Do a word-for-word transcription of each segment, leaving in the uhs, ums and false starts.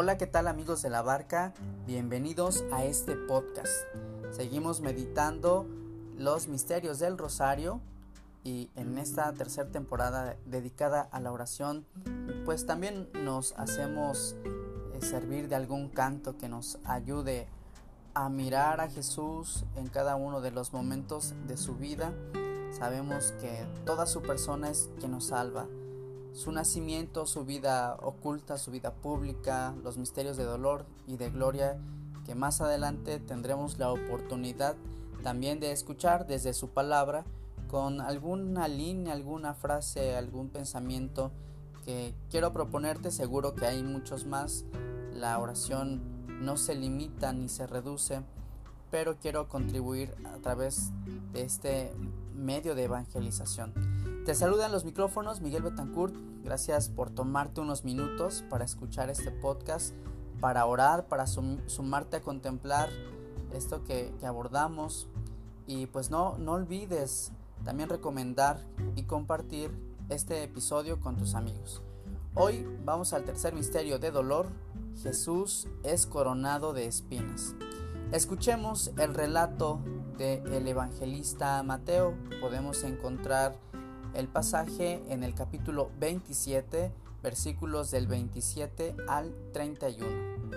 Hola, ¿qué tal amigos de la barca? Bienvenidos a este podcast. Seguimos meditando los misterios del Rosario y en esta tercera temporada dedicada a la oración, pues también nos hacemos eh, servir de algún canto que nos ayude a mirar a Jesús en cada uno de los momentos de su vida. Sabemos que toda su persona es quien nos salva. Su nacimiento, su vida oculta, su vida pública, los misterios de dolor y de gloria que más adelante tendremos la oportunidad también de escuchar desde su palabra, con alguna línea, alguna frase, algún pensamiento que quiero proponerte. Seguro que hay muchos más. La oración no se limita ni se reduce, pero quiero contribuir a través de este medio de evangelización. Te saludan los micrófonos Miguel Betancourt. Gracias por tomarte unos minutos para escuchar este podcast, para orar, para sum- sumarte a contemplar esto que, que abordamos. Y pues no, no olvides también recomendar y compartir este episodio con tus amigos. Hoy vamos al tercer misterio de dolor. Jesús es coronado de espinas. Escuchemos el relato del evangelista Mateo. Podemos encontrar el pasaje en el capítulo veintisiete, versículos del veintisiete al treinta y uno.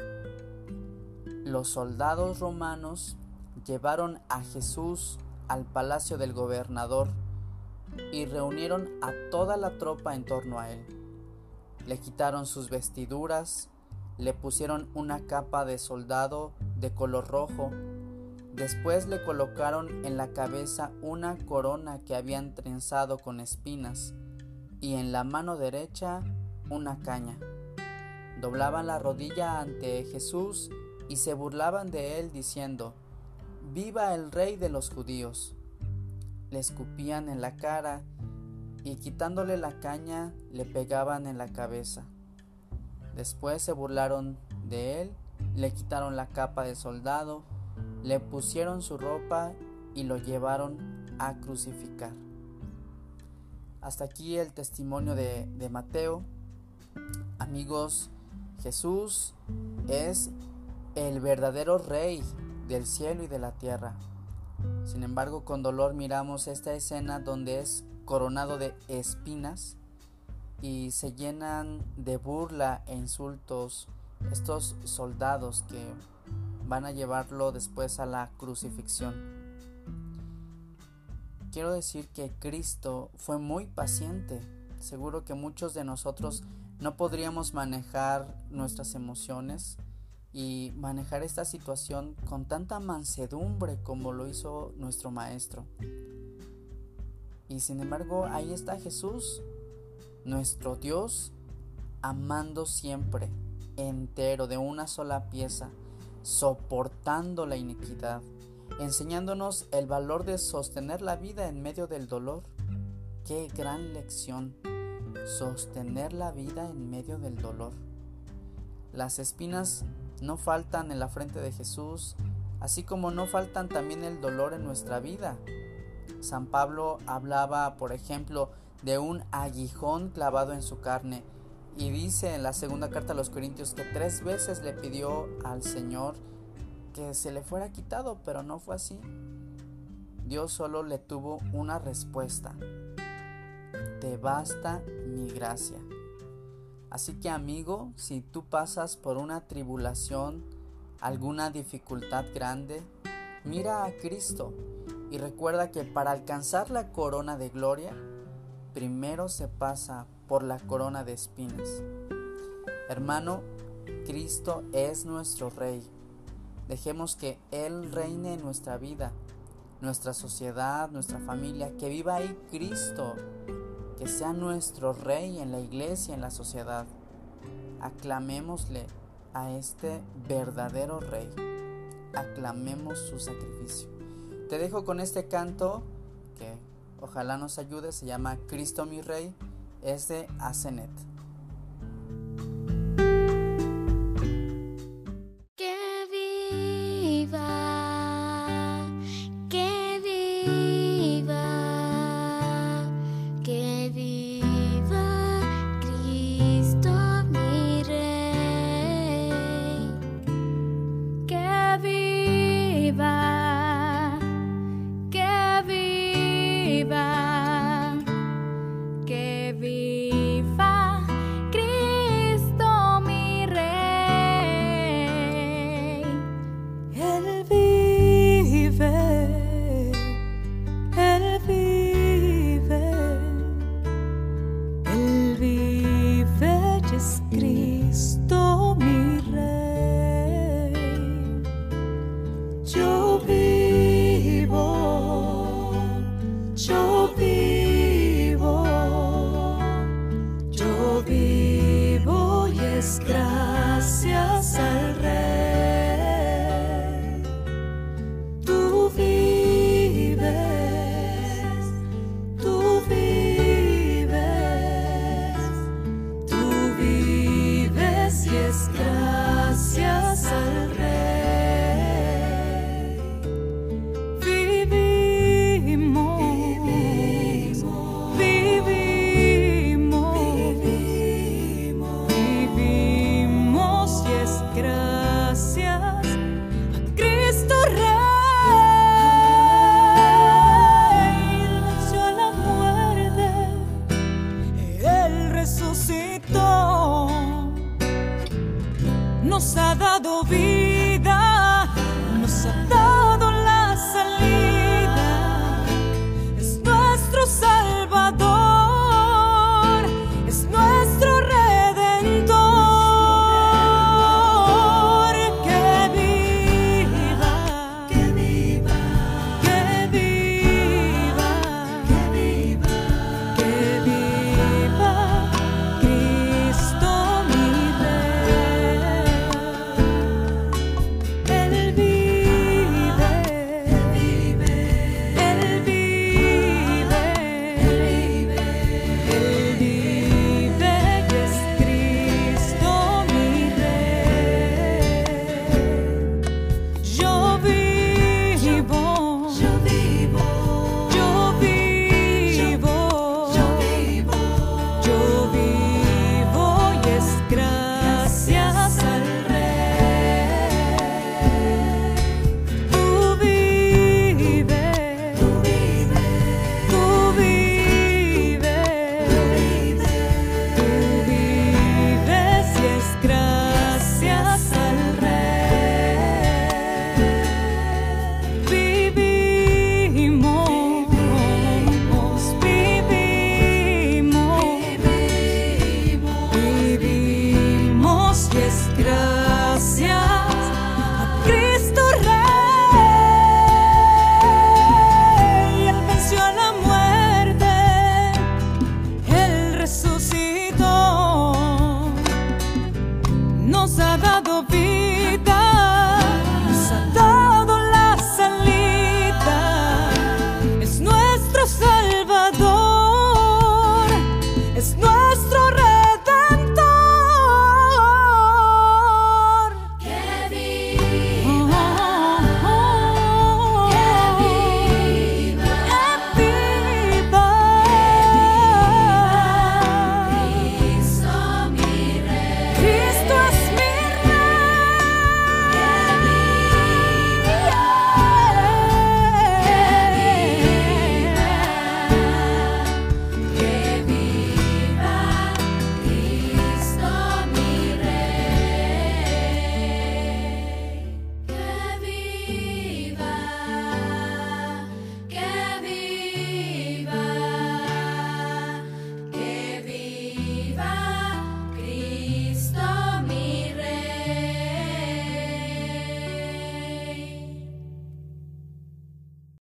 Los soldados romanos llevaron a Jesús al palacio del gobernador y reunieron a toda la tropa en torno a él. Le quitaron sus vestiduras, le pusieron una capa de soldado de color rojo. Después le colocaron en la cabeza una corona que habían trenzado con espinas y en la mano derecha una caña. Doblaban la rodilla ante Jesús y se burlaban de él diciendo: «¡Viva el Rey de los judíos!». Le escupían en la cara y quitándole la caña le pegaban en la cabeza. Después se burlaron de él, le quitaron la capa de soldado, le pusieron su ropa y lo llevaron a crucificar. Hasta aquí el testimonio de, de Mateo. Amigos, Jesús es el verdadero Rey del cielo y de la tierra. Sin embargo, con dolor miramos esta escena donde es coronado de espinas y se llenan de burla e insultos estos soldados que van a llevarlo después a la crucifixión. Quiero decir que Cristo fue muy paciente. Seguro que muchos de nosotros no podríamos manejar nuestras emociones y manejar esta situación con tanta mansedumbre como lo hizo nuestro Maestro. Y sin embargo, ahí está Jesús, nuestro Dios, amando siempre, entero, de una sola pieza, soportando la iniquidad, enseñándonos el valor de sostener la vida en medio del dolor. ¡Qué gran lección! Sostener la vida en medio del dolor. Las espinas no faltan en la frente de Jesús, así como no faltan también el dolor en nuestra vida. San Pablo hablaba, por ejemplo, de un aguijón clavado en su carne, y dice en la segunda carta a los Corintios que tres veces le pidió al Señor que se le fuera quitado, pero no fue así. Dios solo le tuvo una respuesta: te basta mi gracia. Así que, amigo, si tú pasas por una tribulación, alguna dificultad grande, mira a Cristo y recuerda que para alcanzar la corona de gloria, primero se pasa por la corona de espinas. Hermano, Cristo es nuestro Rey. Dejemos que Él reine en nuestra vida, nuestra sociedad, nuestra familia. Que viva ahí Cristo, que sea nuestro Rey en la iglesia, en la sociedad. Aclamémosle a este verdadero Rey. Aclamemos su sacrificio. Te dejo con este canto que ojalá nos ayude. Se llama Cristo mi Rey. Es de Asenet.